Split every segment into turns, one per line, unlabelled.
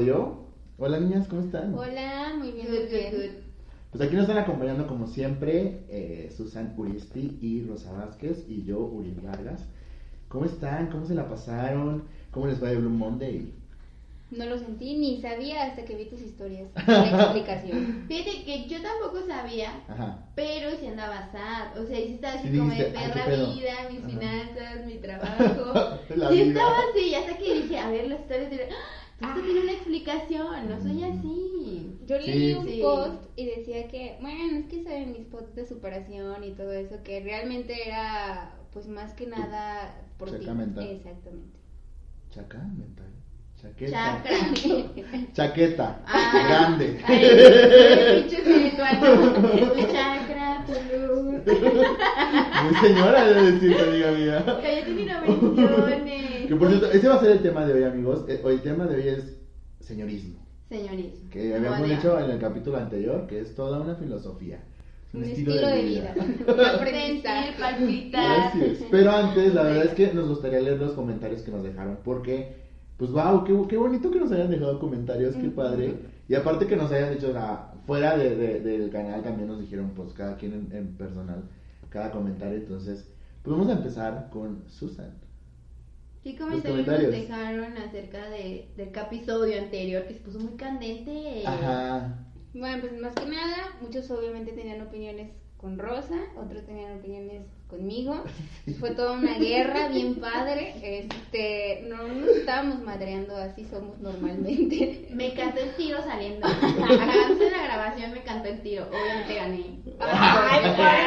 episodio. Hola niñas, ¿cómo están?
Hola, muy bien, muy bien.
Pues aquí nos están acompañando como siempre Susan Uristi y Rosa Vázquez y yo, Uriel Vargas. ¿Cómo están? ¿Cómo se la pasaron? ¿Cómo les va de Blue Monday?
No lo sentí ni sabía hasta que vi tus historias. La explicación.
Fíjate que yo tampoco sabía,
Ajá.
pero sí andaba sad. O sea, sí estaba así
Sí
como
dijiste,
de
"Ay,
perra
qué pedo".
vida, mis
Ajá.
finanzas, mi trabajo.
La
Sí
vida.
estaba así, hasta que dije, a ver, las historias de... Esto tiene una explicación, no soy así.
Yo
Sí.
leí un
Sí.
post y decía que, bueno, es que saben mis posts de superación y todo eso, que realmente era, pues más que nada por ti.
Chaca mental.
Exactamente.
Chaca mental. Chaqueta.
Chakra.
Chaqueta.
Ah.
Grande.
Ay, el pinche espiritual. Mi chakra, tu luz.
Muy señora de decir, amiga mía.
Cállate ni no menciones.
Que por cierto, ese va a ser el tema de hoy, amigos. Hoy el tema de hoy es señorismo.
Señorismo.
Que habíamos dicho en el capítulo anterior que es toda una filosofía.
Un estilo de vida. Un
Sentir,
aprendizaje.
palpitar.
Así es. Pero antes, la verdad es que nos gustaría leer los comentarios que nos dejaron. Porque, pues, wow, qué bonito que nos hayan dejado comentarios, qué padre. Y aparte que nos hayan dicho, o sea, fuera del canal también nos dijeron, pues, cada quien en personal, cada comentario. Entonces, pues vamos a empezar con Susan.
¿Qué comentarios nos dejaron acerca del episodio anterior que se puso muy candente?
Ajá.
Bueno, pues más que nada, muchos obviamente tenían opiniones con Rosa, otros tenían opiniones conmigo. Fue toda una guerra bien padre. No nos estábamos madreando, así somos normalmente.
Me cantó el tiro saliendo. Acabándose la grabación, me cantó el tiro. Obviamente gané.
Ay,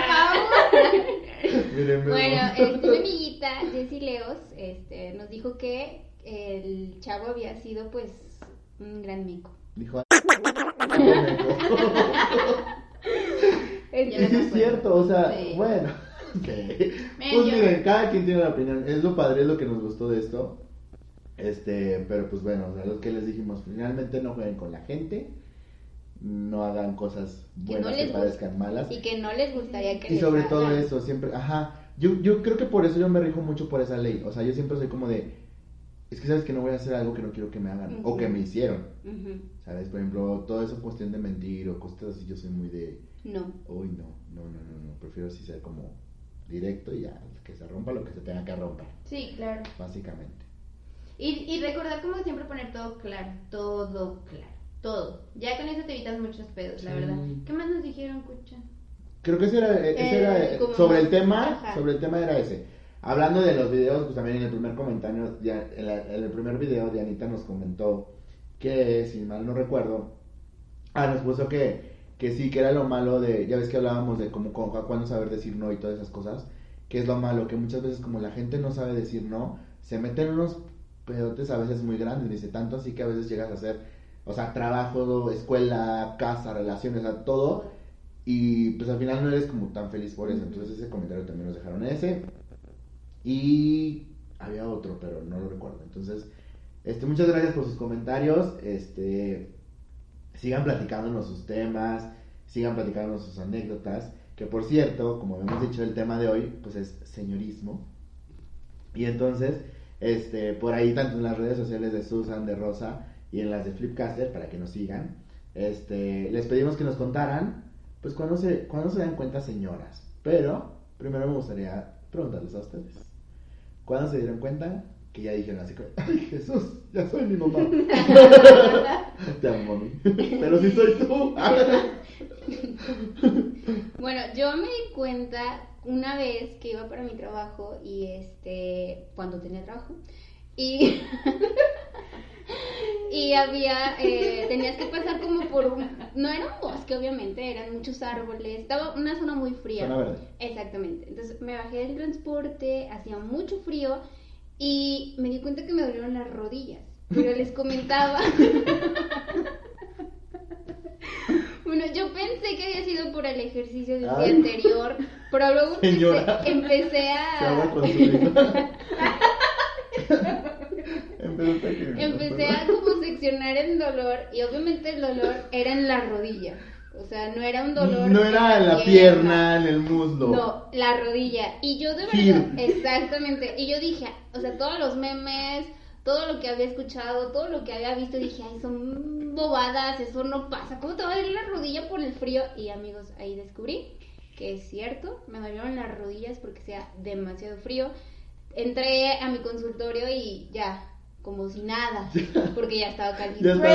por favor.
Mírenme.
Bueno, mi amiguita Jessie Leos nos dijo que el chavo había sido pues un gran mico.
Dijo.
Ya
Y
no
sí es
fue.
cierto, o sea,
Sí.
bueno. Okay.
Medio.
Pues miren, cada quien tiene una opinión. Es lo padre, es lo que nos gustó de esto. Pero pues bueno, o sea, lo que les dijimos, finalmente no jueguen con la gente, no hagan cosas buenas
no
que
les
parezcan malas.
Y que no les gustaría que
Y
les
sobre
hagan.
todo eso, siempre, yo creo que por eso yo me rijo mucho por esa ley. O sea, yo siempre soy como de, es que sabes que no voy a hacer algo que no quiero que me hagan, o que me hicieron.
Ujú.
¿Sabes? Por ejemplo, todo eso cuestión de mentir o cosas así, yo soy muy de,
No.
uy, no, prefiero así ser como directo y ya, que se rompa lo que se tenga que romper,
Sí, claro.
básicamente.
Y recordar como siempre poner todo claro. Todo. Ya con eso te evitas muchos pedos, la
Sí.
verdad. ¿Qué más nos dijeron, Cucha?
Creo que ese era
como
sobre el
más-
tema,
ajá.
sobre el tema era ese. Hablando de los videos, pues también en el primer comentario, en el primer video, Dianita nos comentó que, si mal no recuerdo, nos puso que sí, que era lo malo de, ya ves que hablábamos de cómo, cuándo saber decir no y todas esas cosas, que es lo malo, que muchas veces como la gente no sabe decir no, se meten unos pedotes a veces muy grandes, dice, tanto así que a veces llegas a hacer, o sea, trabajo, escuela, casa, relaciones, o sea, todo, y pues al final no eres como tan feliz por eso. Entonces ese comentario también nos dejaron ese, y había otro, pero no lo recuerdo. Entonces, muchas gracias por sus comentarios, sigan platicándonos sus temas, sigan platicándonos sus anécdotas, que por cierto, como habíamos dicho, el tema de hoy, pues es señorismo. Y entonces, por ahí, tanto en las redes sociales de Susan, de Rosa, y en las de Flipcaster, para que nos sigan, les pedimos que nos contaran, pues, cuándo se dan cuenta, señoras. Pero, primero me gustaría preguntarles a ustedes, ¿cuándo se dieron cuenta que ya dijeron así, ay, Jesús, ya soy mi mamá? Te amo, mami. Pero si soy tú.
Bueno, yo me di cuenta una vez que iba para mi trabajo y cuando tenía trabajo y y había tenías que pasar como por no era un bosque, obviamente, eran muchos árboles, estaba una zona muy fría.
Zona verde.
Exactamente. Entonces me bajé del transporte, hacía mucho frío y me di cuenta que me dolieron las rodillas, pero les comentaba. Bueno, yo pensé que había sido por el ejercicio del día
Ay.
anterior, pero luego
Señora.
empecé
Se habla con su hijo.
empecé a como seccionar el dolor y obviamente el dolor era en la rodilla. O sea, no era un dolor.
No era en la pierna, en el muslo.
No, la rodilla. Y yo de
Gir.
verdad, exactamente. Y yo dije, o sea, todos los memes, todo lo que había escuchado, todo lo que había visto, dije, ay, son bobadas, eso no pasa, ¿cómo te va a doler la rodilla por el frío? Y amigos, ahí descubrí que es cierto, me dolieron las rodillas porque hacía demasiado frío. Entré a mi consultorio y ya, como si nada, porque ya estaba caliente.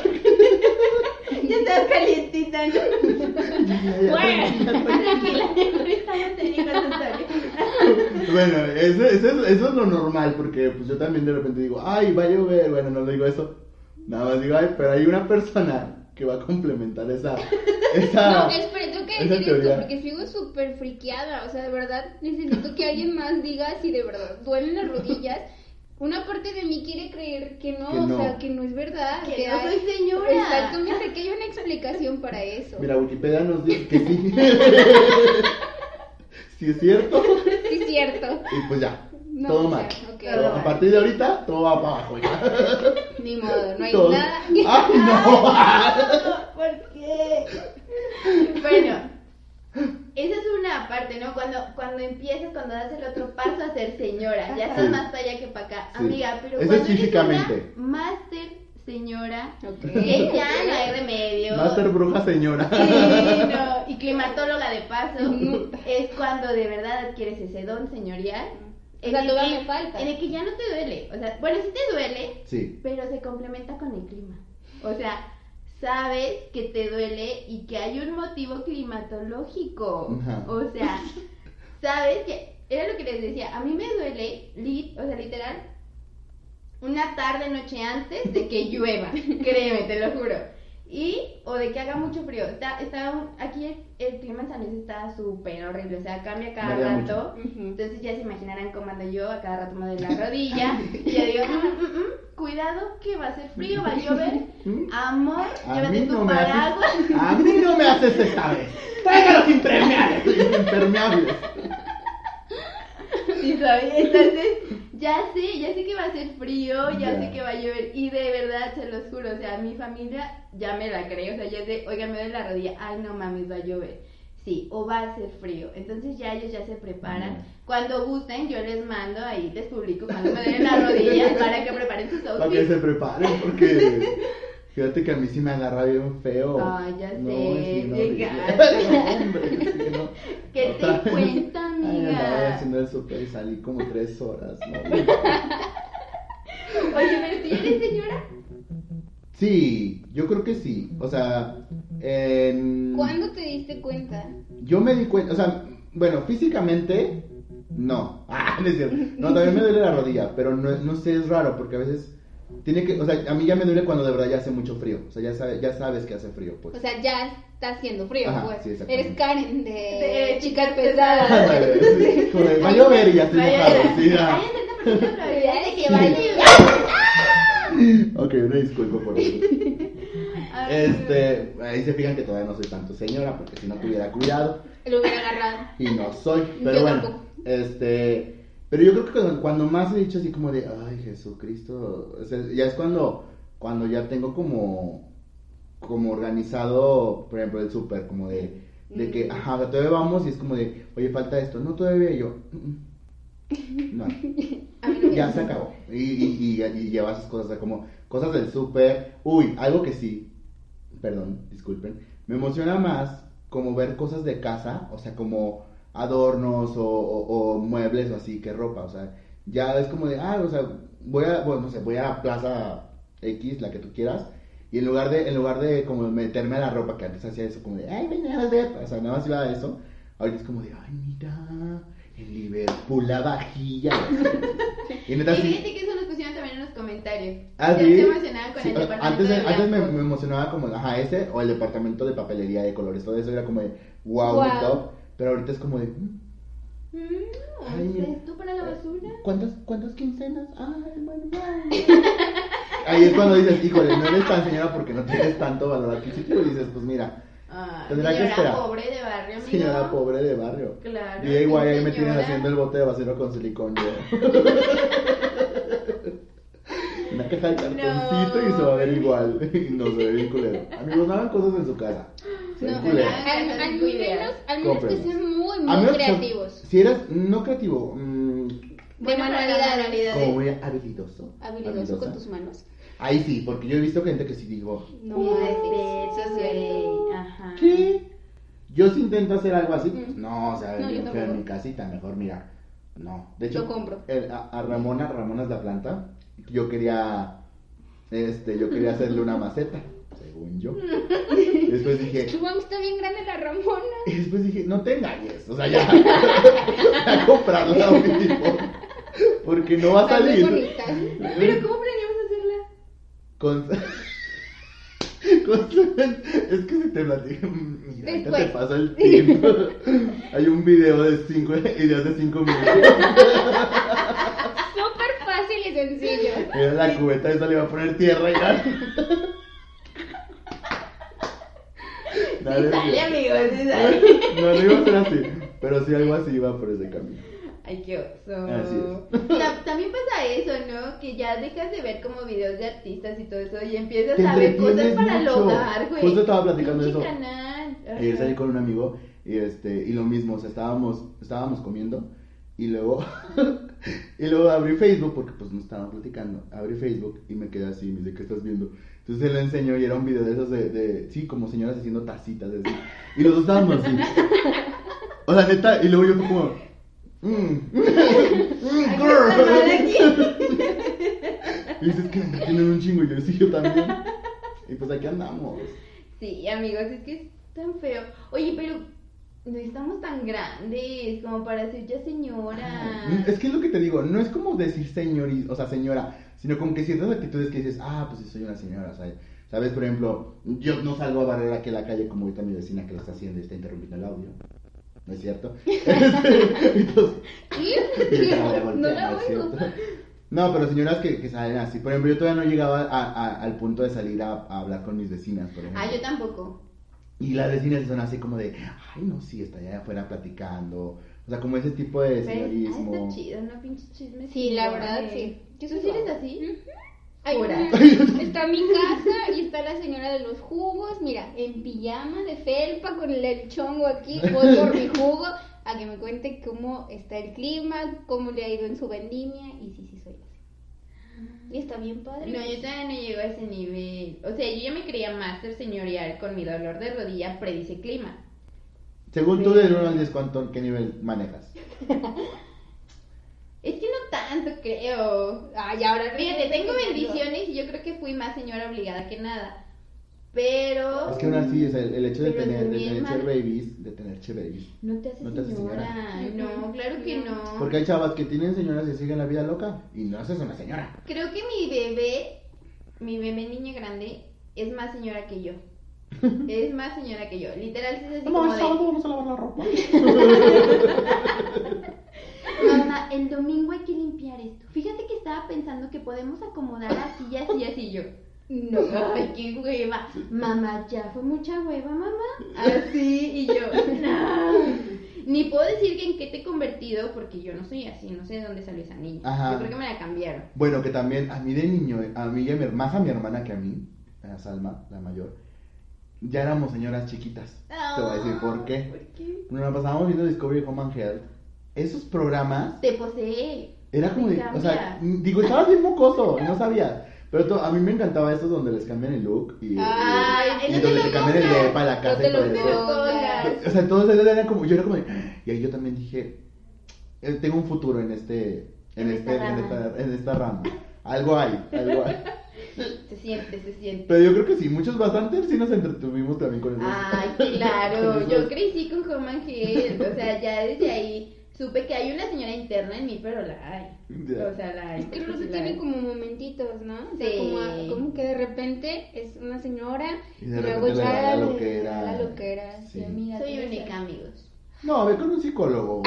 Ya estaba calientita, ¿no? Bueno, tranquila, ahorita no tenía consultorio.
Bueno, eso es lo normal, porque pues yo también de repente digo, ay, va a llover. Bueno, no digo eso, nada más digo, ay, pero hay una persona que va a complementar esa
no, espera, tengo que decir
teoría.
esto porque sigo súper friqueada, o sea, de verdad necesito que alguien más diga si de verdad duelen las rodillas. Una parte de mí quiere creer que no, o sea, que no es verdad.
Que no soy señora.
Exactamente, que hay una explicación para eso.
Mira, Wikipedia nos dice que sí. Sí es cierto.
Sí es cierto.
Y pues ya,
No,
todo
o sea,
mal.
ok.
Todo- a partir de ahorita, todo va para abajo ya.
Ni modo, no hay
Todo.
nada.
¡Ay, no!
¿Por qué? Bueno, esa es una parte, ¿no? Cuando empiezas, cuando das el otro paso a ser señora, ya estás
Sí.
más para allá que para acá.
Sí.
Amiga, pero
Eso
cuando
es
eres
físicamente.
una máster señora,
Ok.
que ya no hay remedio.
Máster bruja señora.
Sí, no, y climatóloga de paso, es cuando de verdad adquieres ese don señorial.
O sea, todavía me falta.
En el que ya no te duele. O sea, bueno, sí te duele,
Sí.
pero se complementa con el clima. O sea, sabes que te duele y que hay un motivo climatológico.
Ajá.
O sea, sabes que era lo que les decía, a mí me duele, o sea, literal, una tarde, noche antes de que llueva, créeme, te lo juro. O de que haga mucho frío. Aquí el clima en San Luis está súper horrible, o sea, cambia cada
Varía
rato.
mucho. Ujú.
Entonces ya se imaginarán cómo ando yo, a cada rato me duele la rodilla. Y yo digo, cuidado que va a ser frío, va a llover. Amor,
A
llévate
mí
tu
no me
paraguas.
haces, a mí no me haces esta vez. Traiga los impermeables.
Sí, ¿sabes? Entonces, ya sé que va a ser frío, ya
Ya.
sé que va a llover. Y de verdad, se los juro, o sea, mi familia ya me la cree. O sea, ya es de, oigan, me duele la rodilla. Ay, no mames, va a llover. Sí, o va a ser frío. Entonces ya ellos ya se preparan.
Ya.
Cuando gusten, yo les mando, ahí les publico cuando me duelen las rodillas para que preparen sus
Para que
outfits.
se preparen, porque fíjate que a mí sí me agarra bien feo.
Ay, ya
No,
sé,
sí, no,
bien
sí.
gacho.
No, hombre, sí, no.
¿Qué te
Otra vez.
cuenta,
Ay, andaba
amiga?
haciendo el súper y salí como 3 horas, ¿no?
Oye, pero si eres señora.
Sí, yo creo que sí. O sea,
¿Cuándo te diste cuenta?
yo me di cuenta, o sea, bueno, físicamente, no. No es cierto. No, también me duele la rodilla, pero no sé, es raro, porque a veces tiene que, o sea, a mí ya me duele cuando de verdad ya hace mucho frío. O sea, ya sabes que hace frío, pues.
O sea, ya está haciendo frío,
Ajá,
pues.
sí, exactamente.
Eres Karen de
De
chicas
chicas
pesadas.
Ándale, sí, como de, va a llover y ya estoy mojado, sí, ya.
Hay un 30% de probabilidad de que
Sí.
vaya a llover.
Ok, una disculpa por eso. Ahí se fijan que todavía no soy tanto señora, porque si no tuviera cuidado,
Lo hubiera agarrado.
y no soy, pero
Yo
bueno,
tampoco.
pero yo creo que cuando más he dicho así como de, ay, Jesucristo, o sea, ya es cuando ya tengo como organizado, por ejemplo, el súper, como de que, ajá, todavía vamos, y es como de, oye, falta esto, no, todavía, y yo, no,
A mí no me
ya
gusta.
se acabó, y llevas esas cosas, o sea, como cosas del súper, algo que sí, perdón, disculpen, me emociona más como ver cosas de casa, o sea, como adornos o muebles o así que ropa, o sea, ya es como de, o sea, voy a Plaza X, la que tú quieras, y en lugar de como meterme a la ropa, que antes hacía eso como de, ay, ven a ver, o sea, nada más iba a eso, ahorita es como de, ay, mira, en Liverpool la vajilla, y neta
Y
sí.
fíjate que eso nos pusieron también en los comentarios.
Ah,
Ya
sí.
se emocionaban con
Sí,
el departamento
antes
de
me
blanco.
emocionaba como, ese o el departamento de papelería de colores, todo eso era como de wow,
Wow.
muy top, pero ahorita es como de, Ay, mira.
¿Tú para la basura?
¿cuántas quincenas? Ay, bueno, ahí es cuando dices, híjole, no eres tan señora porque no tienes tanto valor adquisitivo, y dices, pues mira, tendrá que
Señora
esperar.
pobre de barrio, amigo.
Señora pobre de barrio.
Claro.
Y igual ahí me
señora.
tienen haciendo el bote de basura con silicón yo. Una caja de cartoncito y se va a ver igual. Y no se ve bien culero. Amigos, no hagan cosas en su casa. Se ven
No,
culeros.
¿verdad?
Al menos que
Cómprenlas.
sean muy,
A
muy
menos que
creativos.
si eres no creativo,
Bueno, para las manualidades.
Como muy habilidoso.
Habilidoso con tus manos.
Ahí sí, porque yo he visto gente que sí digo,
No
Mis
mames,
respetos,
sí,
güey.
cierto.
Ajá.
¿qué? Yo sí intento hacer algo así, pues no, o sea,
No, yo
yo fui a
tampoco.
mi casita, mejor mira, no. De hecho,
Lo compro.
A Ramona es la planta, yo quería hacerle una maceta, según yo. Después dije,
Tu mamá está bien grande la Ramona.
y después dije, no te engañes, o sea, ya, a comprarla mismo, porque no va a
Está muy
salir.
bonita.
Pero ¿cómo planeamos hacerla?
Es que si te platico, mira, ahorita te
Después.
paso el tiempo. Hay un video de 5 ideas de 5 minutos.
Súper fácil y sencillo.
Era la cubeta, esa le iba a poner tierra y ya.
Sí sale, amigos, sí sale.
No iba a ser así, pero sí algo así iba por ese camino.
Ay, qué oso.
Así es.
También pasa eso, ¿no? Que ya dejas de ver como videos de artistas y todo eso y empiezas
Te
a ver cosas
entretienes
para el
mucho.
hogar, güey.
Justo estaba platicando
Pinche
eso.
canal.
Ayer salí
Ajá.
con un amigo y lo mismo, o sea, estábamos comiendo y luego abrí Facebook porque pues no estábamos platicando, abrí Facebook y me quedé así, me dice, ¿qué estás viendo? Entonces él le enseñó y era un video de esos sí, como señoras haciendo tacitas así, y los dos estábamos así, o sea, neta, y luego yo fue como, girl, y dices que me tienen un chingo y yo sí, yo también, y pues aquí andamos.
Sí, amigos, es que es tan feo. Oye, pero no estamos tan grandes como para ser ya señora.
Es que es lo que te digo, no es como decir o sea, señora, sino como que ciertas actitudes que dices, pues sí soy una señora, ¿sabes? ¿Sabes? Por ejemplo, yo no salgo a barrer aquí a la calle como ahorita mi vecina que lo está haciendo y está interrumpiendo el audio. ¿No es cierto? Entonces,
¿Qué? No la
¿no es
oigo.
cierto? No, pero señoras que salen así. Por ejemplo, yo todavía no llegaba al punto de salir a hablar con mis vecinas, por ejemplo.
Yo tampoco.
Y las vecinas son así como de, ay, no, sí, está allá afuera platicando. O sea, como ese tipo de señorismo.
Está chido, ¿no? Pinche chisme.
Sí, la verdad, sí.
¿Tú sí eres así?
Ay,
Jura.
está mi casa y está la señora de los jugos, mira, en pijama de felpa con el chongo aquí, voy por mi jugo a que me cuente cómo está el clima, cómo le ha ido en su vendimia y sí soy así. Y está bien padre.
No, yo todavía no llego a ese nivel. O sea, yo ya me creía máster señorial con mi dolor de rodilla predice clima.
Según tú, del 1 al 10, ¿qué nivel manejas?
Es que no tanto, creo.
Ay, ahora
Fíjate, tengo bendiciones y yo creo que fui más señora obligada que nada. Pero...
Es que aún así, es el hecho de
Pero
tener
también
che babies,
no te hace
no te hace
señora. No, claro que no.
Porque hay chavas que tienen señoras y siguen la vida loca y no haces una señora.
Creo que mi bebé niña grande, es más señora que yo. Es más señora que yo. Literal, es así como de...
vamos a lavar la ropa.
Mamá, el domingo hay que limpiar esto. Fíjate que estaba pensando que podemos acomodar así y así y así. Yo, no, ay, qué hueva. Mamá, ya fue mucha hueva, mamá. Así, y yo, no. Ni puedo decir que en qué te he convertido, porque yo no soy así, no sé de dónde salió esa niña.
Ajá.
Yo creo que me la cambiaron.
Bueno, que también a mí de niño, a mí y más a mi hermana que a mí, a Salma, la mayor, ya éramos señoras chiquitas. Te voy a decir por qué.
¿Por qué?
Nos pasábamos viendo Discovery Home and Health. Esos programas
Te posee.
era como
Te
de, o sea,
cambia.
digo, estabas bien mocoso y no sabías. Pero a mí me encantaba estos donde les cambian el look y
Ay, no te
donde
lo
te cambian el
pongas.
de para la casa
No te
y todo
lo
eso.
pongas.
O sea, todos ellos eran como, yo era como de, y ahí yo también dije, tengo un futuro en esta rama. Algo hay.
Se siente.
Pero yo creo que sí, bastantes sí nos entretuvimos también con eso.
Ay, claro,
Con
yo
esos-
crecí con Home and Health, o sea, ya desde ahí supe que hay una señora interna en mí, pero la hay.
Ya.
O sea, la hay.
Es que
porque
Rosa
sí la
tiene
hay.
como momentitos, ¿no? O sea,
Sí.
como que de repente es una señora
Y
y,
de
luego
repente le da
ya
la loquera.
la loquera.
Sí.
Sí, amiga,
Soy
tú
única,
sabes.
amigos.
No, ve con un psicólogo.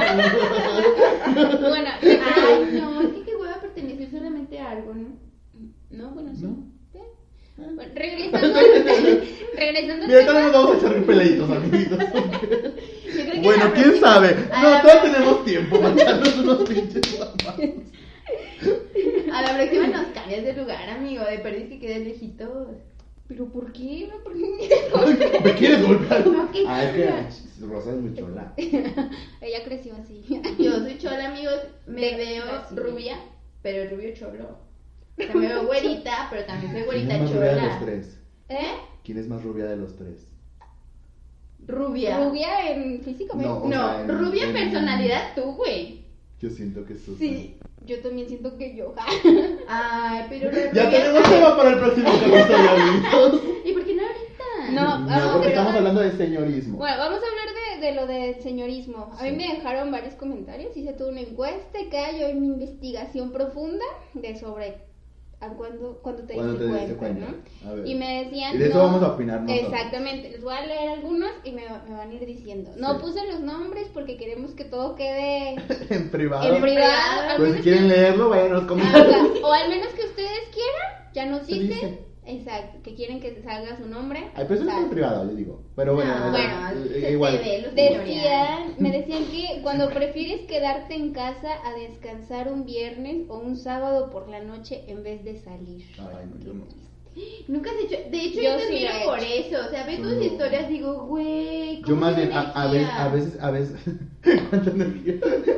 Bueno,
Ay, no, es que qué hueva pertenecer solamente a algo, ¿no?
no, bueno, sí.
¿No?
Bueno, regresando
Mira, ahorita nos vamos a echar peleitos, amiguitos.
Yo creo que
Bueno,
la
quién
próxima-
sabe.
a
No,
la-
todavía tenemos tiempo para echarnos unos pinches zapatos.
A la próxima nos cambias de lugar, amigo, de perdiz que quedes lejitos.
¿Pero por qué? ¿Por qué?
¿Me quieres golpear?
No, que
Ah, es que Rosa es muy chola.
Ella creció así.
Yo soy chola, amigos, me veo
sí.
rubia, pero rubio cholo. O sea, me veo güerita, pero también soy
¿Quién
güerita
es más rubia de los
chola.
tres?
¿Eh?
¿Quién es más rubia de los tres?
Rubia.
Rubia en físicamente.
No. O
No,
sea, en-
rubia
en-
personalidad tú, güey.
Yo siento que Susan.
Sí.
Yo también siento que yo.
Ay, pero la
Ya
rubia-
tenemos tema para el próximo capítulo, amigos.
¿Y por qué no ahorita?
No,
No, porque estamos hablando de señorismo.
Bueno, vamos a hablar de lo del señorismo. A mí me dejaron varios comentarios, hice toda una encuesta y cada yo en mi investigación profunda de sobre cuando te
Cuando
diste
te diste
cuenta,
cuenta. A
¿no?
ver.
Y me decían
Y de eso
no,
vamos a opinar nosotros.
Exactamente, les voy a leer algunos y me van a ir diciendo. No
Sí.
puse los nombres porque queremos que todo quede
En privado.
en privado. al
Pues si
menos
quieren
que-
leerlo, vayan a los
Ah,
comentarios.
o al menos que ustedes quieran, ya nos
Se
dicen.
dice.
Exacto, que quieren que salga su nombre.
Hay personas
Sale.
en privado, yo digo. Pero bueno,
No, se
igual.
te ve los señoriales.
Me decían que cuando prefieres quedarte en casa a descansar un viernes o un sábado por la noche en vez de salir.
Ay, no, yo no.
Nunca has hecho. De hecho,
Yo
yo te
sí
admiro
la he
por
hecho.
eso. O sea, veo
Yo
tus
no.
historias, digo, güey.
Yo
¿cómo
más
tiene
bien, a
energía?
veces. ¿Cuánta energía?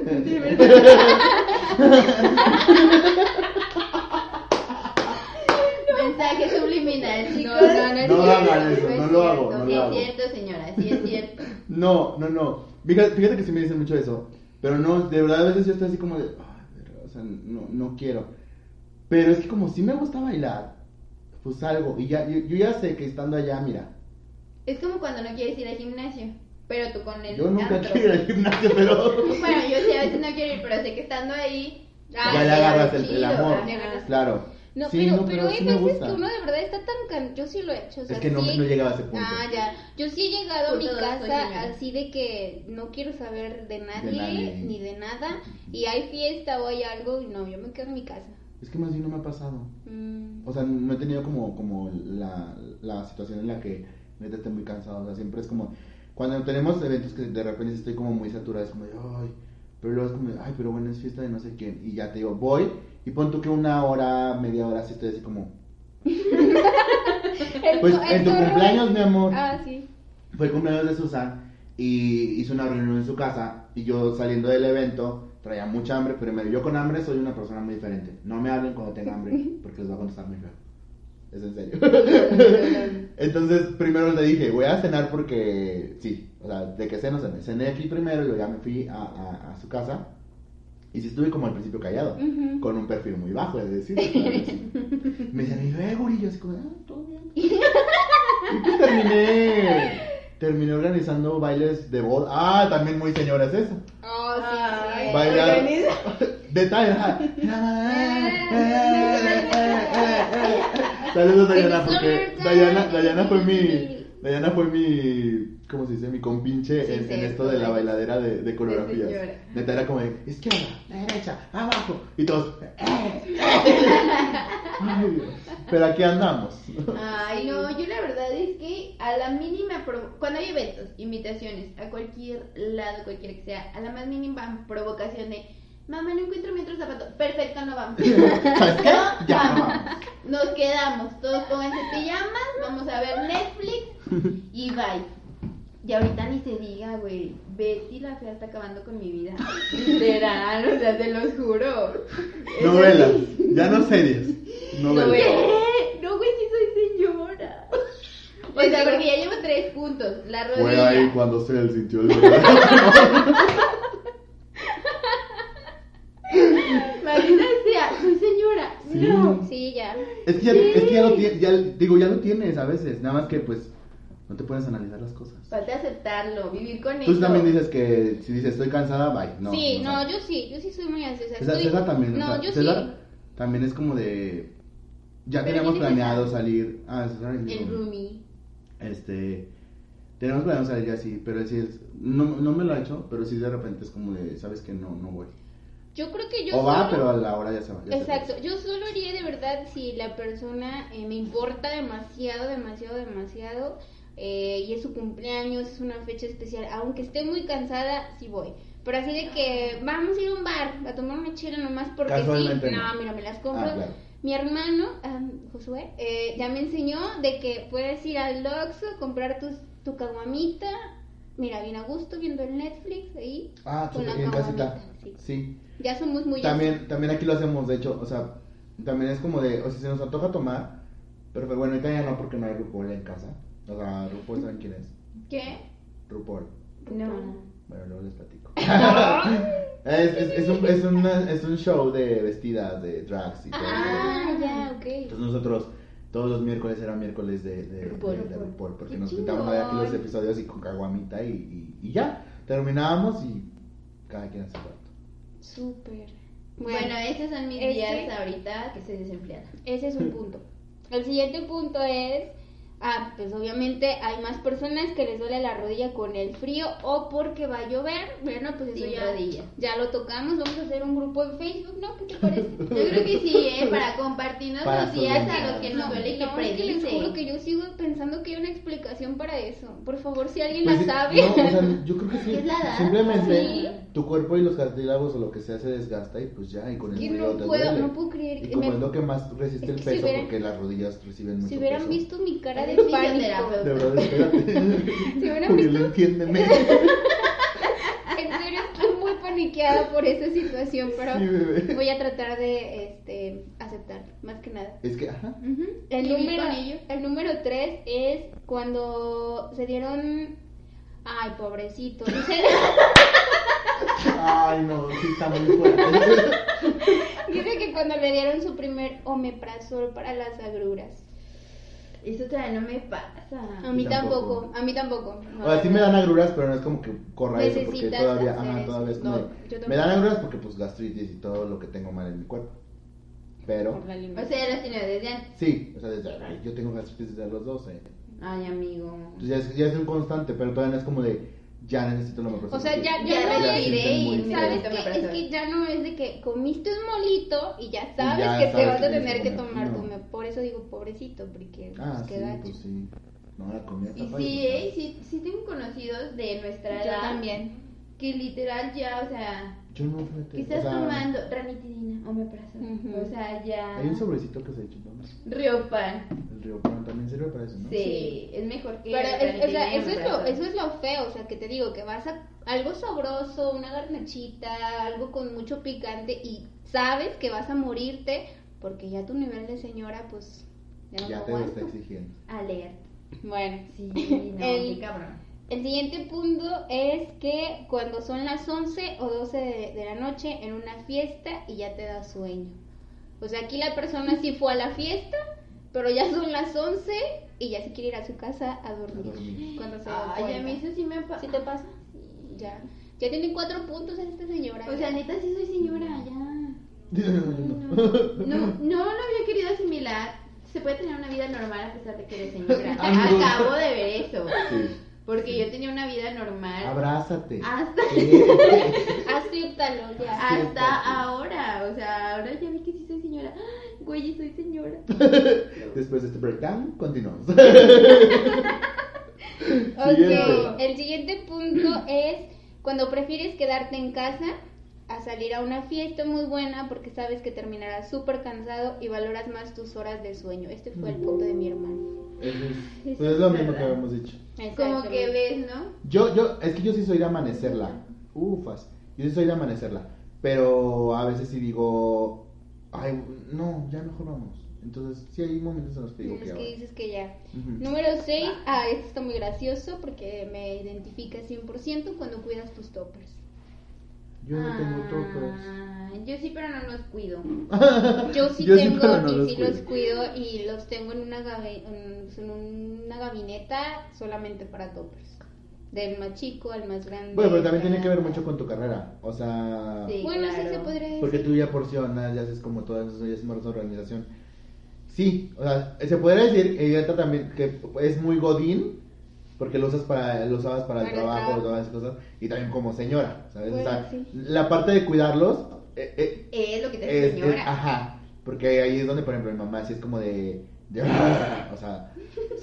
Mensaje subliminal, chicos.
No, no,
No
cierto,
hagan eso,
es
no lo hago,
cierto.
no
Sí
lo
es
hago.
cierto, señora, sí es cierto.
No. Fíjate que sí me dicen mucho eso. Pero no, de verdad a veces yo estoy así como de. Ay, o sea, no quiero. Pero es que como sí me gusta bailar, pues salgo. Y ya, yo ya sé que estando allá, mira.
Es como cuando no quieres ir al gimnasio, pero tú con el
Yo nunca
antro.
quiero ir al gimnasio, pero.
Bueno, yo sí a veces no quiero ir, pero sé que estando ahí.
Ya le agarras el
chido,
amor.
le agarras-
Claro.
No,
Sí,
pero
sí
hay
me
veces
gusta.
que uno de verdad está tan yo sí lo he hecho, o sea,
Es que no,
sí-
no llegaba a ese punto.
Ah, ya. Yo sí he llegado a mi
Punto dos, soy
casa
señora.
así de que no quiero saber de nadie,
nadie.
ni de nada, y hay fiesta o hay algo, y no, yo me quedo en mi casa.
Es que más bien no me ha pasado. O sea, no he tenido como la situación en la que neta estoy muy cansado. O sea, siempre es como. Cuando tenemos eventos que de repente estoy como muy saturado, es como de, ay. Pero luego es como de, ay, pero bueno, es fiesta de no sé quién. Y ya te digo, voy. Y pon tú que una hora, media hora, así estoy así como. Pues en tu cumpleaños, mi amor.
Ah, sí.
Fue el cumpleaños de Susan. Y hizo una reunión en su casa. Y yo saliendo del evento. Traía mucha hambre, pero yo con hambre soy una persona muy diferente. No me hablen cuando tenga hambre, porque les va a contestar muy feo. Es en serio. Entonces, primero le dije, voy a cenar porque sí. O sea, de que ceno, cené. Cené aquí primero y luego ya me fui a su casa. Y sí estuve como al principio callado, con un perfil muy bajo, es decir. Me decían, y luego, y yo así como, todo bien. Y pues terminé organizando bailes de boda. Ah, también muy señoras eso.
Oh, sí,
Ay,
sí.
Bailar.
organiza.
Detalles. Saludos Dayana, porque Dayana fue mi, ¿cómo se dice? Mi compinche
Sí,
en
sí,
esto de la bailadera de coreografías.
señora.
Neta era como de izquierda, derecha, abajo y todos. Ay, Dios. Pero aquí andamos.
Ay, no, yo la verdad es que a la mínima, cuando hay eventos, invitaciones, a cualquier lado, cualquiera que sea, a la más mínima provocación de, mamá, no encuentro mi otro zapato, perfecto, no vamos.
¿Sabes qué?
No,
Ya no
vamos.
vamos.
Nos quedamos, todos pónganse pijamas, vamos a ver Netflix y bye. Y ahorita ni se diga, güey, Betty la fea está acabando con mi vida. Literal, o sea, te lo juro.
Novelas, ya no series. Novelas.
¿Qué? No, güey, sí soy señora. O sea, porque ya llevo 3 puntos. La rodilla.
Fue ahí cuando se sintió el verdadero.
Maldita sea, soy señora.
Sí.
No.
Sí, ya.
Es que ya lo tienes, ya lo tienes a veces, nada más que pues no te puedes analizar las cosas.
Falta aceptarlo, vivir con eso.
Tú también dices que si dices estoy cansada, bye. No,
sí,
no,
no, yo sí soy muy ansiosa.
César también,
No,
o sea,
yo
César también es como de ya
Pero
teníamos
¿quién es
planeado
César?
salir. Ah, César es mi
El
roomie.
roomie.
Tenemos planeado salir ya sí, pero sí es no me lo ha hecho, pero sí de repente es como de sabes que no voy.
Yo creo que yo
O va,
solo-
pero a la hora ya se va. ya se
Exacto,
va.
yo solo haría de verdad si la persona me importa demasiado y es su cumpleaños, es una fecha especial, aunque esté muy cansada, sí voy. Pero así de que vamos a ir a un bar a tomar una chela nomás porque sí,
Casualmente
no,
no.
mira, me las compro.
Ah, claro.
Mi hermano, Josué, ya me enseñó de que puedes ir al Oxxo, comprar tu caguamita, mira, bien a gusto viendo el Netflix ahí.
Ah,
con la
en casita.
caguamita, sí.
Sí.
Ya somos muy
También aquí lo hacemos, de hecho, o sea, también es como de, o sea, se nos antoja tomar, pero bueno, ahorita ya no porque no hay RuPaul en casa. O sea, RuPaul, ¿saben quién es?
¿Qué?
RuPaul.
No.
Bueno, luego les platico. es un show de vestidas, de drags y todo.
Ah, ya, ok.
Entonces nosotros todos los miércoles eran miércoles de RuPaul, porque nos juntamos a ver aquí los episodios y con caguamita y ya, terminábamos y cada quien a su cuarto.
Súper.
Bueno, esos son mis días ahorita que soy desempleada.
Ese es un punto. El siguiente punto es, pues obviamente hay más personas que les duele la rodilla con el frío o porque va a llover. Bueno, pues eso
Sin
ya,
rodilla.
ya lo tocamos. Vamos a hacer un grupo en Facebook, ¿no? ¿Qué te parece?
Yo creo que sí, para compartirnos
Para
los días a
solventar.
los que nos duele y que
No, es que les juro
predice.
que yo sigo pensando que hay una explicación para eso. Por favor, si alguien
Pues
la
sí,
sabe.
no, o sea, yo creo que sí.
Es la edad.
Simplemente
Sí.
tu cuerpo y los cartílagos o lo que sea se desgasta y pues ya, y con el
Que
frío
no
te
puedo,
duele.
no puedo creer
Y
que
como
me-
es lo que más resiste
Es
el
que
peso,
si hubieran-
porque las rodillas reciben mucho
Si hubieran
peso.
visto mi cara de
Es
pánico.
fisioterapeuta.
De verdad, espérate.
Si hubieran
Uriel,
visto,
entiéndeme.
en serio estoy muy paniqueada por esa situación, pero
Sí, bebé.
voy a tratar de aceptar, más que nada.
Es que, ajá.
Ujú.
El
Vivir
número,
con ello.
el número 3 es cuando se dieron... Ay, pobrecito.
Ay, no, sí está muy fuerte.
Dice que cuando le dieron su primer omeprazol para las agruras.
Eso todavía no me pasa.
A mí
tampoco.
tampoco, a mí tampoco. No,
O sea, sí me dan agruras, pero no es como que corra eso, porque
Necesitas
todavía,
hacer
ajá,
eso.
todavía es como
No,
de-
yo tampoco.
me dan agruras porque pues gastritis y todo lo que tengo mal en mi cuerpo. Pero,
Por la
O
alimentación.
sea, ya los tiene desde antes.
sí, o sea, ay, yo tengo gastritis desde los 12.
Ay, amigo.
Entonces ya es un constante, pero todavía no es como de, ya necesito la omeprazol.
O sea,
porque
ya
Ya
no
retiré
es,
y
muy
¿sabes
necesito
qué?
omeprazol.
Es que ya no es de que comiste un molito y ya sabes
ya
que te
sabes
vas
que
a
tienes
tener
que
que
comer.
tomar
No.
tu por eso digo pobrecito, porque
Ah,
pues,
sí,
qué gacho.
pues sí. No, la comida
Y
está
sí tengo conocidos de nuestra
Yo
edad
también.
que literal ya, o sea,
Yo no, fíjate.
que estás
o sea,
tomando ranitidina, omeprazol.
Ujú.
O sea, ya.
Hay un sobrecito que se echa, ¿no?
Riopan.
El río Pan también sirve para eso, ¿no?
Sí, es mejor que.
Pero, o sea,
ranitidina y
eso
omeprazol.
es lo feo, o sea, que te digo, que vas a algo sabroso, una garnachita, algo con mucho picante y sabes que vas a morirte porque ya tu nivel de señora, pues, ya no
Ya
lo
te lo
aguanta.
está exigiendo.
Alerta.
Bueno,
Sí, no,
El-
qué cabrón.
el siguiente punto es que cuando son las 11 o 12 de la noche en una fiesta y ya te da sueño. O sea, aquí la persona sí fue a la fiesta, pero ya son las 11 y ya se quiere ir a su casa a dormir.
A dormir.
Cuando se da
Ay, a
cuenta.
mí eso sí me pasa.
¿Sí te pasa? Ya. Ya tiene 4 puntos esta señora.
O sea, neta, sí soy señora, ya.
No.
No lo había querido asimilar. Se puede tener una vida normal a pesar de que eres señora.
Amigo.
Acabo de ver eso.
Sí.
Porque yo tenía una vida normal.
Abrázate.
Hasta,
Acéptalo ya.
hasta ahora. O sea, ahora ya vi que sí soy señora. ¡Ay, güey, soy señora!
Después de este breakdown, continuamos.
Ok,
Siguiente.
el siguiente punto es cuando prefieres quedarte en casa a salir a una fiesta muy buena porque sabes que terminarás súper cansado y valoras más tus horas de sueño. Este fue el punto de mi hermano.
Eso es,
Eso
pues es
es
lo mismo
verdad.
que habíamos dicho.
Como que ves, ¿no?
Es que yo sí soy de amanecerla. Ufas. Yo sí soy de amanecerla. Pero a veces sí digo, ay, no, ya mejor vamos. Entonces, sí hay momentos en los que digo
Es
que
que
ahora.
dices que ya.
Ujú.
Número 6, esto está muy gracioso porque me identifica 100% cuando cuidas tus toppers.
Yo no tengo toppers.
Yo sí, pero no los cuido.
Yo sí
Yo sí,
tengo
pero no
y
los
sí
cuido.
los cuido y los tengo en una gabineta solamente para toppers. Del más chico al más grande.
Bueno, pero también tiene que ver mucho con tu carrera. O sea,
Sí.
Bueno, sí
claro.
se podría decir.
porque tú ya porcionas, ya haces como todo eso, ya es más organización. Sí, o sea, se podría decir, ella también, que es muy godín, porque lo usabas para el
Para el
trabajo,
trabajo.
todas esas cosas, y también como señora, ¿sabes?
Bueno,
o sea,
sí.
la parte de cuidarlos
Es lo que te hace
es,
señora.
ajá, porque ahí es donde, por ejemplo, mi mamá sí es como de o sea,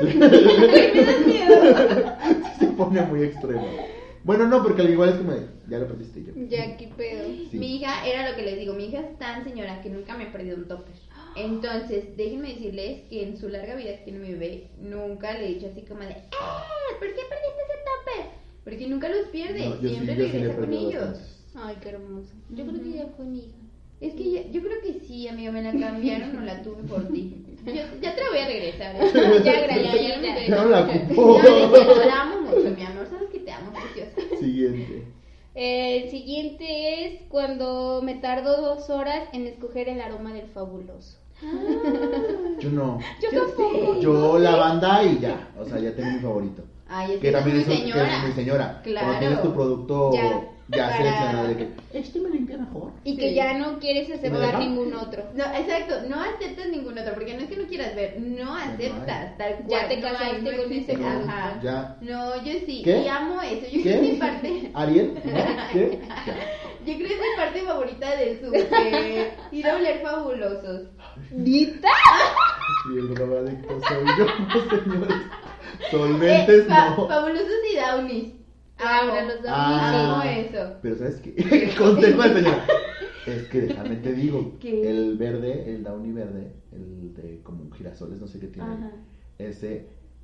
se pone muy extremo. Bueno, no, porque al igual es como de, ya lo perdiste yo.
Ya, qué pedo.
Sí.
Mi hija, era lo que les digo, mi hija es tan señora que nunca me ha perdido un topper. Entonces, déjenme decirles que en su larga vida que tiene mi bebé, nunca le he dicho así como de, ¿por qué perdiste ese topper? porque nunca los pierde,
No, yo
siempre
sí le
regresa con
perdí
ellos.
bastantes.
Ay, qué hermoso. Yo creo que ya fue mi hija.
Es que yo creo que sí, amiga, me la cambiaron o la tuve por ti. Ya te la voy a regresar.
Ya, gracias.
Ya no me
Ya
interesa
no la
mucho.
ocupó.
No, la amo mucho, mi amor. Sabes que te amo, preciosa.
Siguiente.
El siguiente es cuando me tardo 2 horas en escoger el aroma del fabuloso.
Yo no.
Yo
Yo
tampoco.
sé.
Yo lavanda y ya. O sea, ya tengo mi favorito.
Ay, es
Que también
mi
es, que
señora.
es mi señora.
Claro.
Cuando tienes tu producto
Ya,
ya
para-
seleccionado de que este me limpia mejor.
Y que
Sí.
ya no quieres
¿Me
aceptar
deja?
ningún otro.
No, exacto, no aceptas ningún otro, porque no es que no quieras ver, no aceptas, tal cual.
Ya te
no hay,
casaste
no
con
existe,
ese producto.
ajá.
Ya.
No, yo sí,
¿Qué?
y amo eso, yo
¿Qué?
creo que es mi parte,
¿Ariel? ¿No? ¿Qué? Ya.
yo creo que es mi parte favorita del súper, ir a oler fabulosos.
¿Nita?
Y el drogadicto soy yo, señores. Solventes no.
Fabulosos y Downies.
Ahora los
Ah.
Amo eso.
Pero ¿sabes qué? Consejo de señora. Es que déjame te digo.
¿Qué?
El verde, el Downy verde, el de como girasoles, no sé qué tiene.
Ajá.
Ese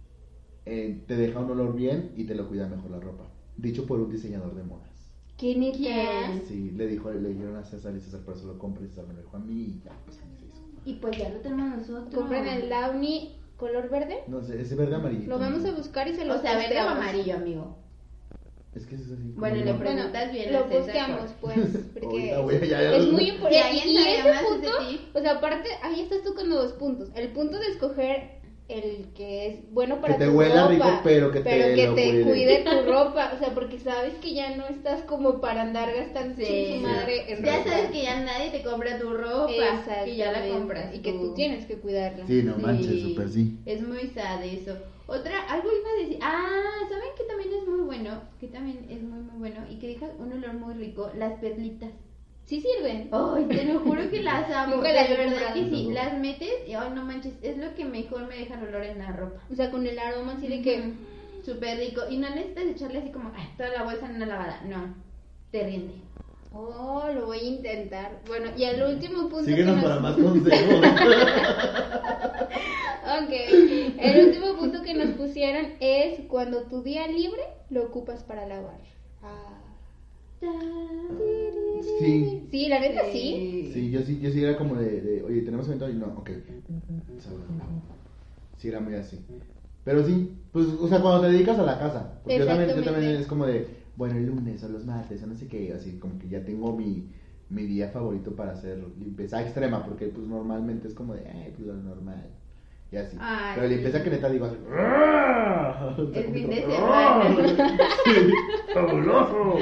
te deja un olor bien y te lo cuida mejor la ropa. Dicho por un diseñador de modas.
¿Qué neta?
¿Quién?
Sí, le dijeron a César y César por eso lo compra y César me lo dijo a mí y ya, pues a mí se hizo.
Y pues ya lo tenemos nosotros.
¿Compran el Downy color verde?
No sé, ese verde amarillito.
Lo vamos a buscar y se lo
O sea, verde o
posteamos.
amarillo, amigo.
Es que es así.
Bueno,
como
le
no.
preguntas bien
Lo
a César,
posteamos, pues, porque
Ahorita voy a- ya
es
lo-
muy
Si
importante.
alguien
Y
sabe
ese
más,
punto,
es de ti.
o sea, aparte, ahí estás tocando 2 puntos. El punto de escoger el que es bueno para
Que te
tu
huela
ropa,
rico, pero que te lo cuide.
cuide tu ropa. O sea, porque sabes que ya no estás como para andar gastando
Sí.
su madre en
Ya
ropa.
sabes que ya nadie te compra tu ropa, que ya la
Exactamente.
compras
y que tú tienes que cuidarla.
Sí, no manches, súper sí.
Es muy sad eso. Algo iba a decir. Ah, ¿saben que también es muy bueno? Que también es muy, muy bueno y que deja un olor muy rico. Las perlitas.
Sí sirven.
Ay, te lo juro que las amo.
Nunca las
de
he
verdad
comprado.
que sí.
Tampoco.
Las metes y, ay, no manches, es lo que mejor me deja el olor en la ropa.
O sea, con el aroma así de que...
Súper rico. Y no necesitas echarle así como toda la bolsa en una lavada. No, te rinde.
Oh, lo voy a intentar. Bueno, y el último punto
Síguenos
que
para
nos...
más consejos.
Ok, el último punto que nos pusieron es cuando tu día libre lo ocupas para lavar. Ah.
Sí.
Sí, la neta sí.
Sí, yo sí era como de oye, tenemos evento y no, ok. Sí, era muy así. Pero sí, pues, o sea, cuando te dedicas a la casa. Porque yo también
Exactamente.
es como de, bueno, el lunes o los martes o no sé qué, así como que ya tengo mi día favorito para hacer limpieza extrema, porque pues normalmente es como de, pues lo normal. Y así.
Ay,
pero limpieza
sí.
que neta digo así.
El fin de semana.
Sí, fabuloso.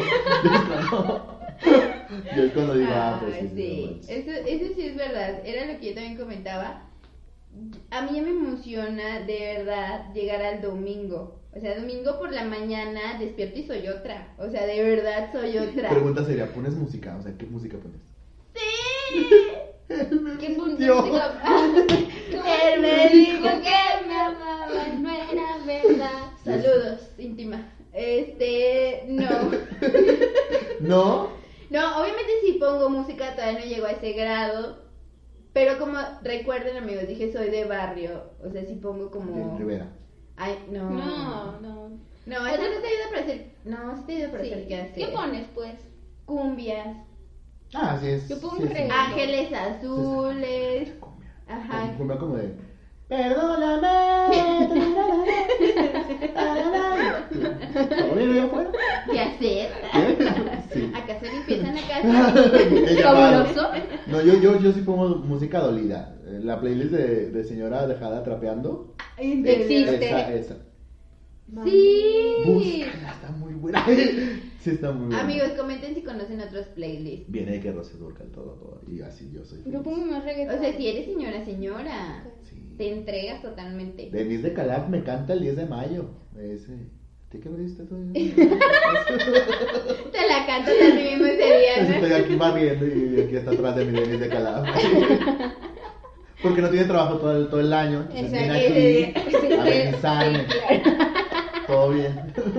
Y es cuando digo, pues
Ay, sí.
no,
Eso sí es verdad. Era lo que yo también comentaba. A mí ya me emociona de verdad llegar al domingo. O sea, domingo por la mañana despierto y soy otra. O sea, de verdad soy otra.
Pregunta seria, ¿pones música? O sea, ¿qué música pones?
¡Sí!
¿Qué punto?
Dios.
Él me dijo que
me amaba, no era verdad.
Saludos, íntima. No.
¿No?
No, obviamente sí pongo música, todavía no llego a ese grado. Pero como recuerden, amigos, dije soy de barrio. O sea, sí pongo como.
Rivera.
Ay, no.
No.
No, eso no te ayuda para hacer. No, sí te ayuda para hacer qué hacer.
¿Qué pones, pues?
Cumbias.
Ah, sí es.
Yo pongo
sí,
un
sí.
reggaetón.
Ángeles azules.
Cumbia.
Ajá.
Cumbia como de. Perdóname. ¿Cómo viene allá afuera?
¿Qué hacer?
Sí.
¿Acaso limpiezan la casa?
Ella va.
Fabuloso.
No, yo sí pongo música dolida. La playlist de señora dejada trapeando.
Existe.
Esa.
Sí.
Búscala, está muy buena. Sí, está muy buena.
Amigos, comenten si conocen otros playlists.
Viene de que Rocío Dúrcal todo. Y así yo soy.
Yo
feliz.
pongo más reggaetón.
O sea, si eres señora,
Sí.
te entregas totalmente.
Denise de Calaf me canta el 10 de mayo. Ese. ¿Te qué me diste tú?
Te la canto así mismo ese día, ¿no?
Estoy aquí barriendo y aquí está atrás de mi Denise de Calaf. Porque no tiene trabajo todo el año. Entonces
Exacto.
viene aquí a revisarme.
Sí, claro.
Todo bien.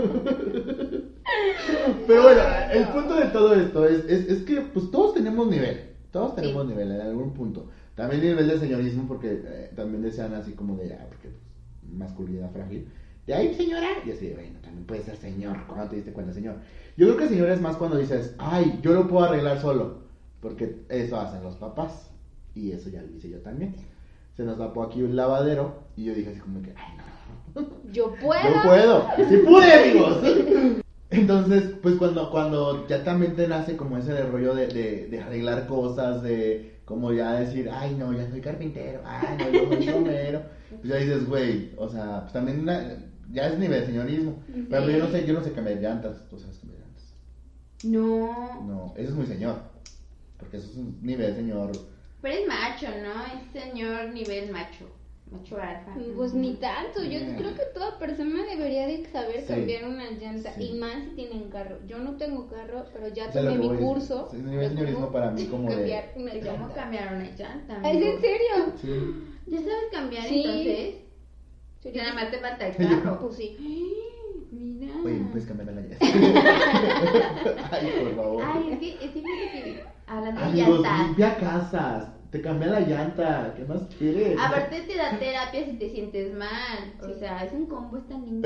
Pero bueno, el punto de todo esto es que pues todos tenemos nivel. Todos tenemos nivel en algún punto. También nivel de señorismo porque también decían así como de, porque pues, masculinidad frágil. de ahí señora, y así, bueno, también puede ser señor, ¿cuándo te diste cuenta, señor? Yo creo que señor es más cuando dices, ay, yo lo puedo arreglar solo, porque eso hacen los papás, y eso ya lo hice yo también. Se nos tapó aquí un lavadero, y yo dije así como que, ay, no.
Yo puedo.
Yo puedo, sí pude, amigos. Entonces, pues cuando ya también te nace como ese rollo de arreglar cosas, de como ya decir, ay, no, ya soy carpintero, ay, no, yo soy plomero, pues ya dices, güey, o sea, pues también ya es nivel de señorismo.
Sí.
Pero yo no sé cambiar llantas, ¿tú sabes cambiar llantas?
No.
No, eso es muy señor, porque eso es un nivel señor.
Pero es macho, ¿no? Es señor nivel macho. Macho alfa.
Pues ni tanto, yo creo que toda persona debería de saber
Sí.
cambiar una llanta,
Sí.
y más si tienen carro. Yo no tengo carro, pero ya
O sea, lo
tomé
que
mi
voy es-
curso.
es nivel
de
señorismo
cómo
para mí como de...
cambiar una
¿Cómo
llanta.
cambiar una llanta?
¿Es
amigo?
en serio?
Sí.
¿Ya sabes cambiar
Sí.
entonces?
Sí.
Ya nada más te falta el
Yo-
carro.
Pues sí.
Mira.
Oye, ¿puedes cambiarme la llanta? Ay, por favor.
Ay, es que fíjate que hablando de
Amigos,
llantas.
limpia casas. Te cambia la llanta. ¿Qué más quieres?
Aparte te da terapia si te sientes mal. O sea, es un combo esta niña.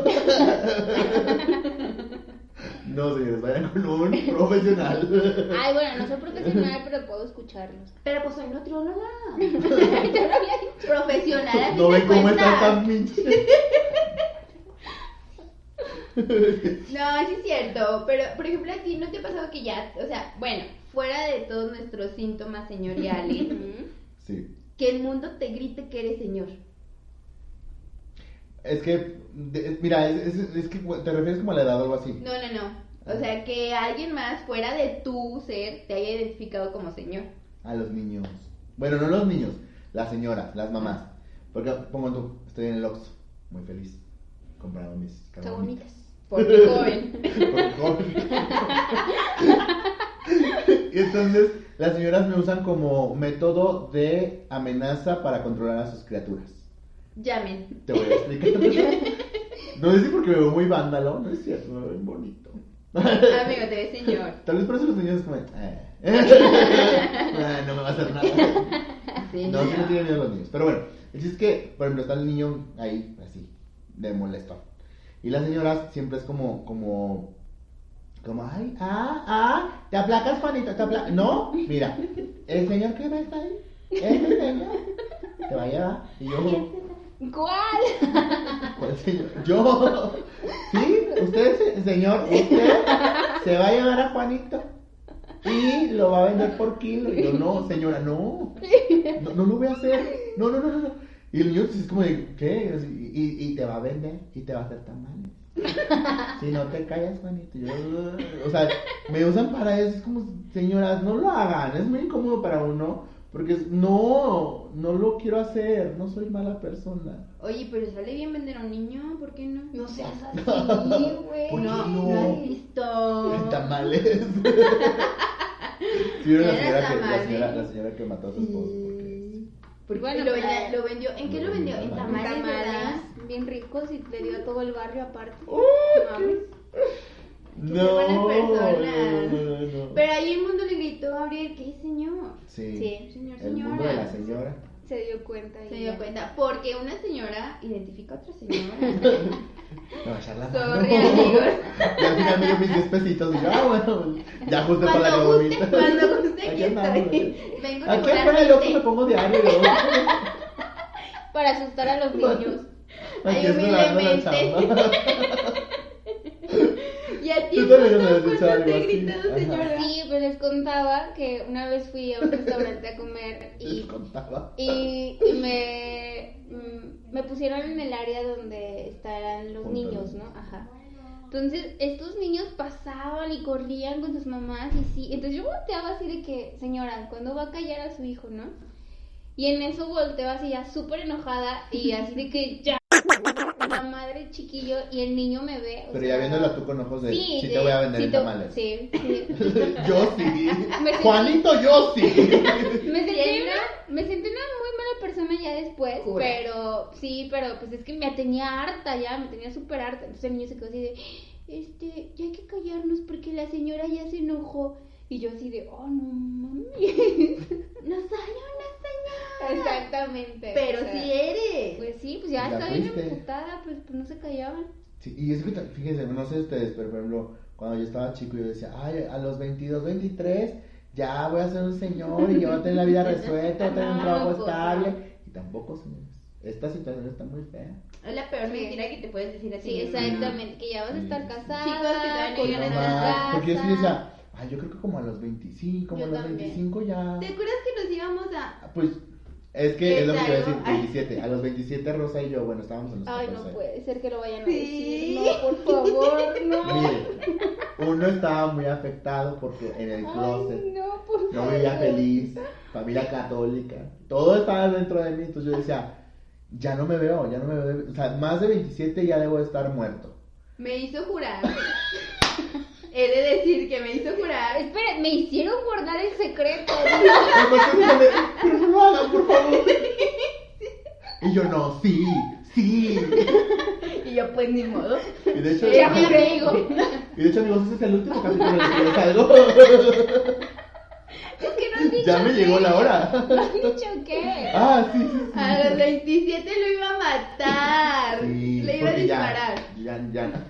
No, señores, vayan con un profesional.
Ay, bueno, no soy profesional, pero puedo escucharlos.
Pero pues soy nutrióloga.
Yo lo había dicho.
Profesional, a
No
fin
ven
de
cómo está
cuentas.
tan pinche.
No, sí es cierto. Pero, por ejemplo, a ti no te ha pasado que ya, o sea, bueno, fuera de todos nuestros síntomas señoriales,
Sí.
que el mundo te grite que eres señor.
Es que, mira, es que te refieres como a la edad o algo así.
No, no, no. O sea, que alguien más fuera de tu ser te haya identificado como señor.
A los niños. Bueno, no los niños, las señoras, las mamás. Porque, pongo tú, estoy en el Oxxo, muy feliz, comprando mis
Está
caguamitas.
bonitas.
Porque joven.
Por joven. Y entonces, las señoras me usan como método de amenaza para controlar a sus criaturas.
Llamen.
Te voy a explicar. No es porque me veo muy vándalo, no es cierto, me veo muy bonito.
Amigo, te ves señor.
Tal vez por eso los niños es como, no me va a hacer nada.
Sí,
No, sí no tienen miedo los niños. Pero bueno, el chiste es que, por ejemplo, está el niño ahí, así, de molesto. Y las señoras siempre es como, ay, te aplacas, Juanito, te aplacas. No, mira, el señor que ves ahí, ese señor, te va a llevar. Y yo,
¿Cuál?
¿cuál señor? Yo, ¿sí? Usted, señor, usted se va a llevar a Juanito y lo va a vender por kilo. Y yo, no, señora, no lo voy a hacer. No. Y el niño es como de, ¿qué? Y te va a vender y te va a hacer tamales. Si no te callas, Juanito. Yo, o sea, me usan para eso. Es como, señoras, no lo hagan. Es muy incómodo para uno. Porque no lo quiero hacer. No soy mala persona.
Oye, pero sale bien vender a un niño, ¿por qué no?
No seas así, güey.
¿Por qué
No,
no?
no has visto.
Tamales. Sí, vieron
Era
la
tamales.
señora que mató a su esposo. Porque...
Porque
Bueno,
lo vendió. ¿En qué lo vendió? En tamales, ¿verdad?
Tamales bien ricos y le dio a todo el barrio aparte.
Mames.
No,
Qué buenas personas.
no.
Pero ahí el mundo le gritó a Gabriel, ¿qué señor?
Sí,
Sí,
señor,
el mundo de
señora.
la señora.
Se dio cuenta. y
Se dio
ya.
cuenta, porque una señora identifica a otra señora.
Me va a echar la
Sorry,
mano.
amigos.
Y al final me dio mis 10 pesitos. Y yo, bueno, ya justo para la
Cuando guste,
gomita.
cuando guste, aquí
andamos,
estoy. Vengo
Aquí afuera el otro me
regularmente.
pongo diario.
Para asustar a los niños.
Aquí
Ay,
esperando la
humildemente.
chamba.
Y a ti,
Tú también
¿cuándo
has hecho algo
te he
así?
gritado,
Ajá.
señora?
Sí, pues les contaba que una vez fui a un restaurante a comer
Les
y
contaba.
me pusieron en el área donde estarán los
Juntos.
niños, ¿no? Ajá. Entonces, estos niños pasaban y corrían con sus mamás y sí. Entonces yo volteaba así de que, señora, ¿cuándo va a callar a su hijo, no? Y en eso volteaba así ya súper enojada y así de que ya, la madre chiquillo, y el niño me ve. o
Pero
sea,
ya viéndola tú con ojos de, sí
de-
te voy a vender
sí
en
te-
tamales.
Sí.
Yo sí.
Me-
Juanito, yo sí.
Me sentí una muy mala persona ya después,
Cura.
pero pues es que me tenía harta ya, me tenía súper harta. Entonces el niño se quedó así de, ya hay que callarnos porque la señora ya se enojó. Y yo así de, oh, no mami.
No soy una señora.
Exactamente.
Pero
o sea,
sí eres.
Pues sí, pues ya
Ya
está bien
fuiste.
emputada, pues no se callaban.
Sí, y es que, fíjense, no sé ustedes, pero por ejemplo, cuando yo estaba chico, yo decía, ay, a los 22, 23, ya voy a ser un señor y yo voy a tener la vida resuelta, voy a tener un
No,
trabajo
pues,
estable. Y tampoco, señores. Esta situación está muy fea.
Es la peor
Sí.
mentira que te puedes decir así.
Sí, exactamente, que ya vas a estar casada.
Chicos que todavía no
con
llegan a
una
la
casa.
Porque yo sí decía, ay, yo creo que como a los 25, como
Yo
a los
también.
25 ya.
¿Te acuerdas que nos íbamos a...
Pues, es que es lo que te iba a decir,
Ay.
27. A los 27, Rosa y yo, bueno, estábamos en los
Ay,
14.
no puede ser que lo vayan a
Sí.
decir. No, por favor, no.
Miren, uno estaba muy afectado porque en el closet
Ay, no, por
no
favor.
vivía feliz, familia católica, todo estaba dentro de mí, entonces yo decía, ya no me veo, o sea, más de 27 ya debo estar muerto.
Me hizo jurar. He de decir que me hizo jurar.
Espera, me hicieron guardar el secreto.
Pero no lo hagan, por favor. Y yo, no, sí.
Y yo, pues ni modo.
Y de hecho,
Era mi amigo.
amigos, ese es el último capítulo del que les salgo.
Es que no has dicho
Ya me llegó
qué.
la hora.
No has dicho qué.
Ah, sí.
A los 27 lo iba a matar.
Sí,
Le iba a
porque
disparar.
Ya.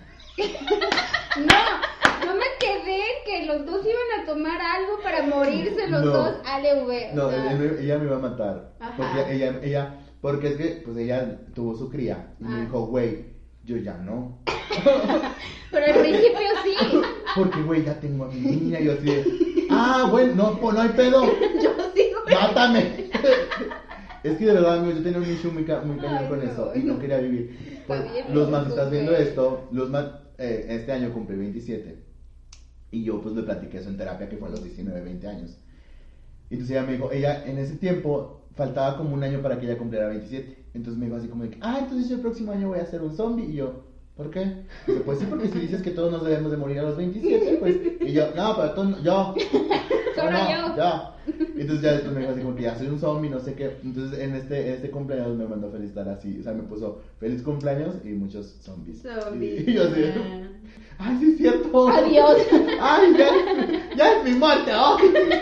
No me quedé que los dos iban a tomar algo para morirse los
No.
dos ALV.
No,
o sea,
ella me iba a matar.
Ajá.
Porque es que, pues ella tuvo su cría. Y me dijo, güey, yo ya no.
pero al principio sí.
Porque, güey, ya tengo a mi niña. Y yo así de, bueno, no, pues no hay pedo.
Yo sigo.
Mátame. Es que de verdad, amigos, yo tenía un issue muy cañón
Ay,
con
no,
eso. Y no quería vivir.
Está bien,
Luzma, si
no
estás viendo
sé.
esto, Luzma, este año cumplí 27. Y yo, pues, le platiqué eso en terapia, que fue a los 19, 20 años. Y entonces ella me dijo, en ese tiempo, faltaba como un año para que ella cumpliera 27. Entonces me dijo así como de que, entonces yo el próximo año voy a ser un zombie. Y yo, ¿por qué? Dice, pues sí, porque si dices que todos nos debemos de morir a los 27, pues. Y yo, no, pero tú, yo.
Solo
No,
yo.
yo. Entonces ya después me dijo así como que ya soy un zombie, no sé qué. Entonces en este cumpleaños me mandó felicitar así. O sea, me puso feliz cumpleaños y muchos zombies.
Zombies.
Y yo así, ay, sí es cierto.
Adiós.
Ay, ya es mi muerte. Oh.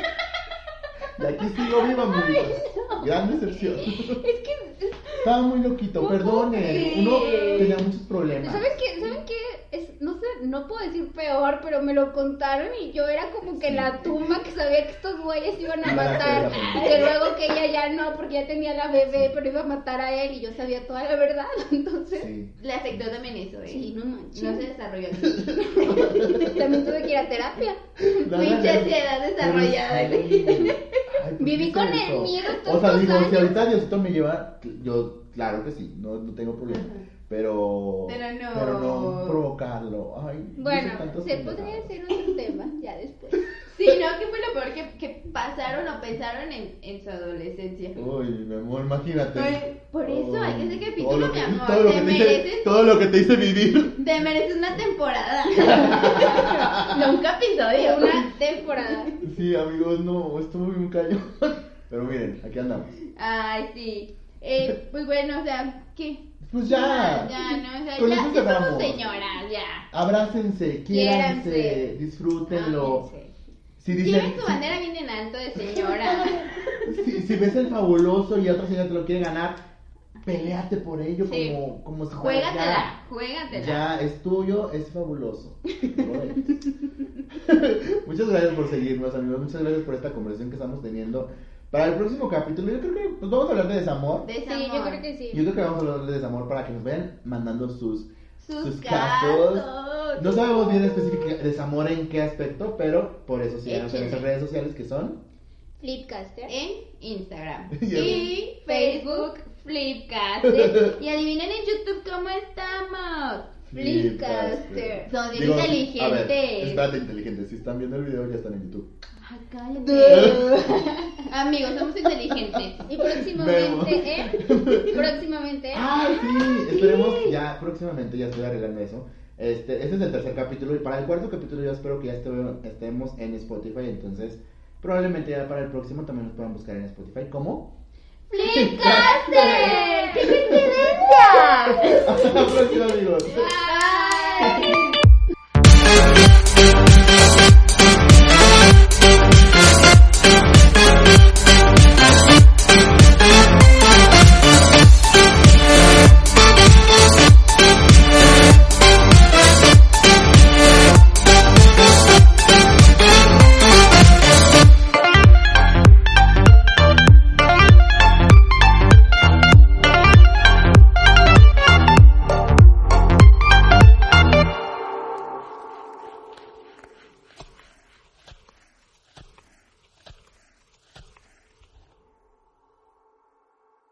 Y aquí sigo viva, amigos. Gran decepción.
Es que,
Estaba muy loquito, perdone. Uno tenía muchos problemas.
¿saben qué? No sé, no puedo decir peor, pero me lo contaron y yo era como que la tumba que sabía que estos güeyes iban a
Iban a
matar.
hacer la
Y que luego que ella ya no, porque ya tenía la bebé, pero iba a matar a él y yo sabía toda la verdad. Entonces,
Sí.
Le afectó también eso,
sí, no manches.
No se desarrolló así.
También tuve que ir a terapia.
Pinche ansiedad desarrollada.
Pero sí. Ay, ¿por qué
Viví
hice
con
eso?
el miedo
O
todos
sea,
los
digo, si
años.
ahorita Diosito me lleva, yo, claro que sí, no tengo problema.
Ajá.
Pero
no.
provocarlo. Ay,
Bueno,
hice tantas
se
pendejadas.
podría hacer otro tema ya después.
Sí, ¿no? ¿Qué fue lo peor que pasaron o pensaron en su adolescencia?
Uy, mi amor, imagínate.
Ay, por eso hay que hacer capítulo,
Todo lo
mi amor.
todo lo
Te
que
mereces,
todo lo que te hice vivir.
te mereces una temporada. No un episodio.
Una temporada.
Sí, amigos, no, estuvo muy cañón. Pero miren, aquí andamos.
Ay, sí. Pues bueno, o sea, ¿qué?
Pues ya.
Ya, no, o sea,
Con
ya
eso
somos
cerramos.
señoras, ya.
Abrácense, quiéranse,
Quiéranse.
disfrútenlo.
Ámense.
Si dicen,
Lleven su bandera bien en alto de señora.
si ves el fabuloso y otra señora te lo quiere ganar, peleate por ello
Sí.
como si fuera
Juégatela, juégatela.
ya es tuyo, es fabuloso. Muchas gracias por seguirnos, amigos. Muchas gracias por esta conversación que estamos teniendo. Para el próximo capítulo, yo creo que pues, vamos a hablar de desamor.
De
Sí, yo creo que sí.
Yo creo que vamos a hablar de desamor para que nos vayan mandando sus
casos.
No sabemos bien específicamente desamor en qué aspecto, pero por eso síganos en
Échenle.
nuestras redes sociales que son.
Flipcaster.
En Instagram.
Y
Y Facebook, Flipcaster. Y adivinen en YouTube cómo estamos.
Flipcaster.
Son bien
Digo,
inteligentes.
A ver, espérate, inteligentes. Si están viendo el video, ya están en YouTube.
Ay, cállate. Amigos, somos inteligentes.
Y próximamente,
Sí, esperemos ya próximamente, ya estoy arreglando eso. Este es el tercer capítulo y para el cuarto capítulo yo espero que ya estemos en Spotify, entonces probablemente ya para el próximo también nos puedan buscar en Spotify como
¡Flipcaster! ¡Qué coincidencia!
hasta la próxima, amigos.
Bye.